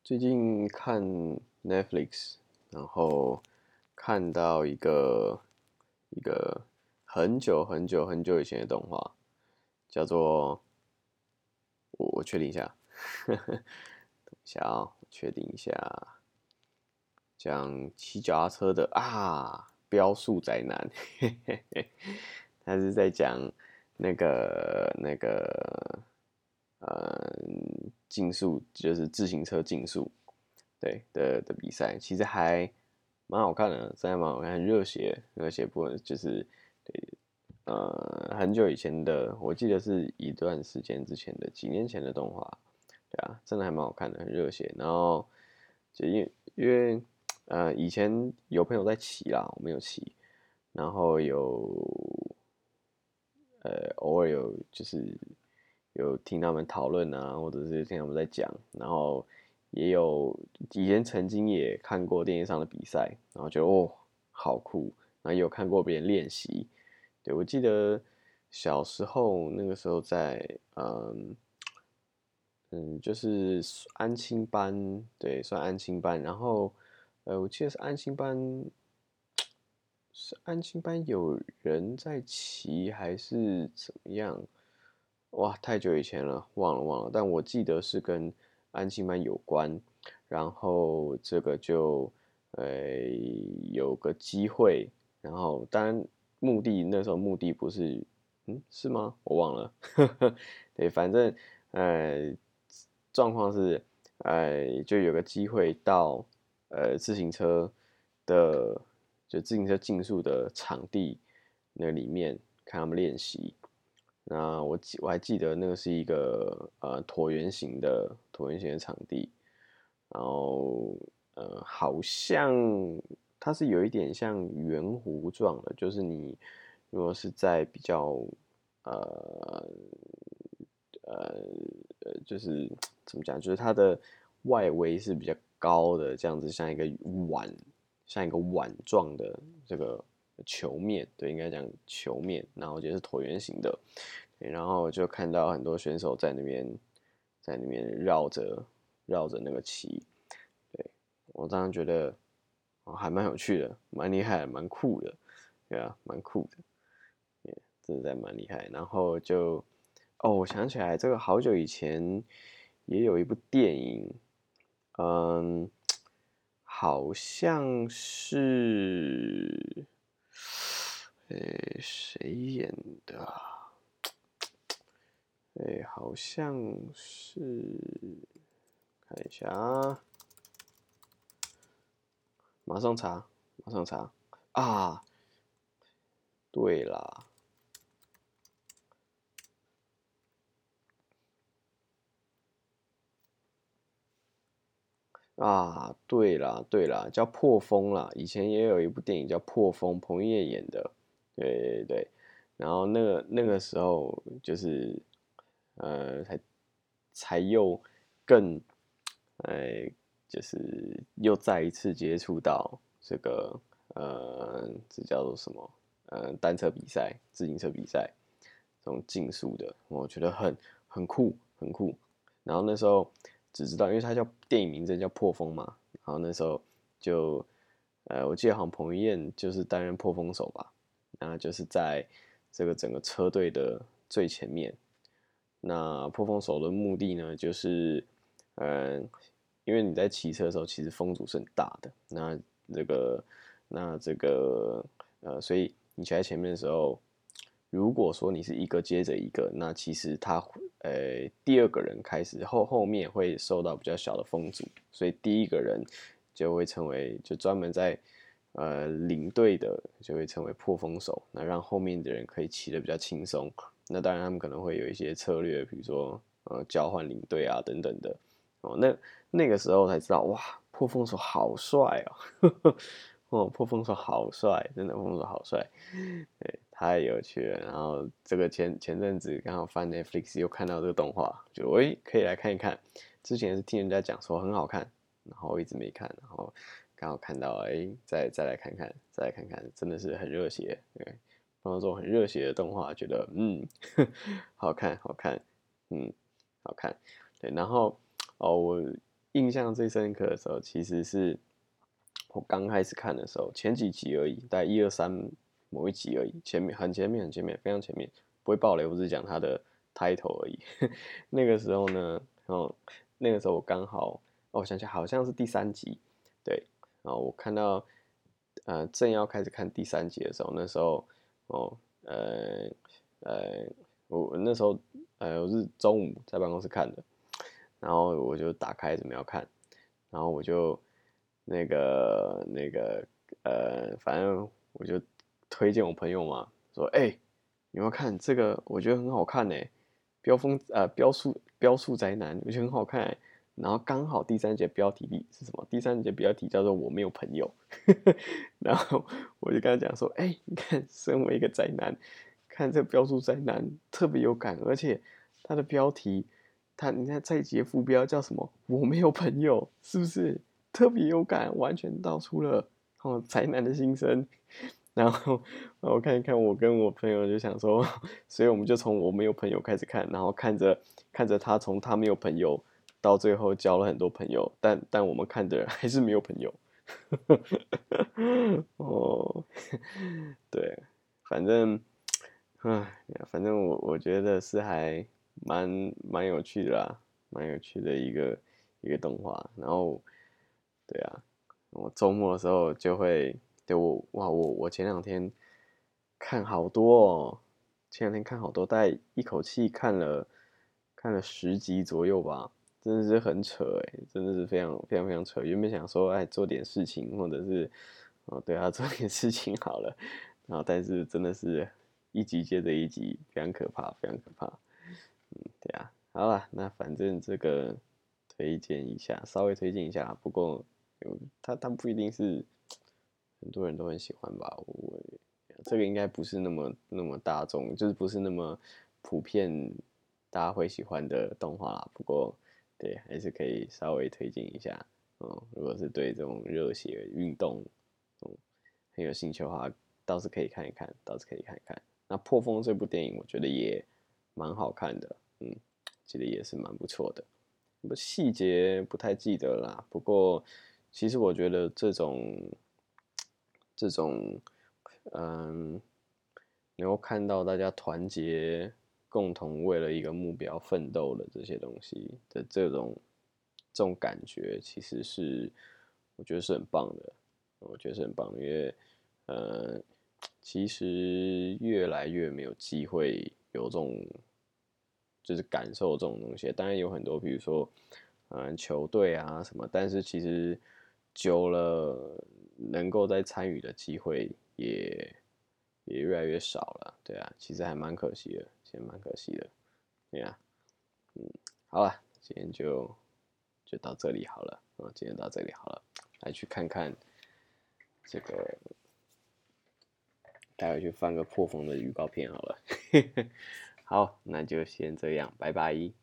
最近看 Netflix，然后看到一个很久以前的动画，叫做我确定一下，等一下啊、我确定一下，讲骑脚踏车的飙速宅男，嘿嘿嘿，他是在讲那个竞速，就是自行车竞速，对的比赛，其实还蛮好看的，真的蛮好看，很热血部分就是对，很久以前的，我记得是一段时间之前的，几年前的动画，对啊，真的还蛮好看的，很热血。然后就因为以前有朋友在骑啦，我没有骑，然后偶尔有听他们讨论啊，或者是听他们在讲，然后也有以前曾经也看过电视上的比赛，然后觉得哦好酷，然后也有看过别人练习。对，我记得小时候那个时候在就是安亲班，对，算安亲班，然后我记得是安亲班。是安亲班有人在骑还是怎么样？哇，太久以前了，忘了。但我记得是跟安亲班有关，然后这个就有个机会，然后当然那时候目的不是，是吗？我忘了，对，反正呃状况是就有个机会到自行车的自行车竞速的场地那里面看他们练习。那我还记得那个是一个椭圆形的场地，然后好像它是有一点像圆弧状的，就是你如果是在比较呃就是怎么讲，就是它的外围是比较高的，这样子碗，像一个碗状的这个球面，对，应该讲球面，然后就是椭圆形的，对，然后就看到很多选手在那边绕着那个旗，对，我当时觉得还蛮有趣的，蛮厉害的，蛮酷的，对啊，蛮酷的，真的在蛮厉害。然后我想起来，这个好久以前也有一部电影，嗯，好像是，谁演的啊？好像是，看一下啊，马上查，马上查啊！对啦，对啦，对啦，叫破风啦。以前也有一部电影叫《破风》，彭于晏演的。对对对，然后那个时候就是才又更呃就是又再一次接触到这个这叫做什么单车比赛、自行车比赛这种竞速的，我觉得很酷很酷。然后那时候只知道，因为它电影名字叫破风嘛，然后那时候就我记得好像彭于晏就是担任破风手吧，那就是在这个整个车队的最前面。那破风手的目的呢，就是因为你在骑车的时候，其实风阻是很大的，这个这个所以你骑在前面的时候，如果说你是一个接着一个，那其实第二个人开始后面会受到比较小的风阻，所以第一个人就会成为就专门在领队的就会成为破风手，那让后面的人可以骑得比较轻松。那当然他们可能会有一些策略，比如说交换领队啊等等的。那个时候才知道，哇，破风手好帅哦！哦，破风手好帅，真的破风手好帅，对，太有趣了。然后这个前阵子刚好翻 Netflix 又看到这个动画，就可以来看一看。之前是听人家讲说很好看，然后一直没看，然后刚好看到，再来看看，再来看看，真的是很热血，对，碰到这种很热血的动画，觉得好看，好看，嗯，好看，对，然后我印象最深刻的时候，其实是我刚开始看的时候，前几集而已，大概1、2、3某一集而已，很前面，非常前面，不会爆雷，我只是讲它的 title 而已。那个时候呢，那个时候我刚好，我想想，好像是第3集，对，然后我看到，正要开始看第3集的时候，那时候，哦，我那时候，我是中午在办公室看的，然后我就打开准备要看，然后我就反正我就推荐我朋友嘛，说，你要看这个，我觉得很好看呢，标速宅男，我觉得很好看欸。然后刚好第3节标题是什么？第3节标题叫做"我没有朋友"，然后我就跟他讲说，你看，身为一个宅男，看这个标速宅男特别有感，而且他的标题，你看这一节副标叫什么？我没有朋友，是不是特别有感？完全道出了宅男的心声。然后我看一看，我跟我朋友就想说，所以我们就从我没有朋友开始看，然后看着他从他没有朋友到最后交了很多朋友，但我们看的人还是没有朋友。哦，对，反正，唉，反正我觉得是还蛮有趣的啦，蛮有趣的一个动画。然后，对啊，我周末的时候就会，对我前2天看好多哦，前2天看好多，大概一口气看了10集左右吧。真的是很扯真的是非常非常非常扯。原本想说，做点事情，或者是，对啊，做点事情好了。然后，但是真的是一集接着一集，非常可怕，非常可怕。对啊，好了，那反正这个推荐一下，稍微推荐一下。不过，它不一定是很多人都很喜欢吧？这个应该不是那么大众，就是不是那么普遍大家会喜欢的动画啦。不过，对，还是可以稍微推荐一下。如果是对这种热血运动，很有兴趣的话，倒是可以看一看，倒是可以看一看。那《破风》这部电影，我觉得也蛮好看的，记得也是蛮不错的。细节不太记得啦，不过其实我觉得这种，能够看到大家团结、共同为了一个目标奋斗的这些东西的这种感觉，其实是我觉得是很棒的。我觉得是很棒的，因为呃，其实越来越没有机会有这种就是感受这种东西。当然有很多，比如说球队啊什么，但是其实久了，能够再参与的机会也越来越少了。对啊，其实还蛮可惜的，其实蛮可惜的。对啊，好了，今天就到这里好了。今天到这里好了，来去看看这个，待会去翻个破风的预告片好了。好，那就先这样，拜拜。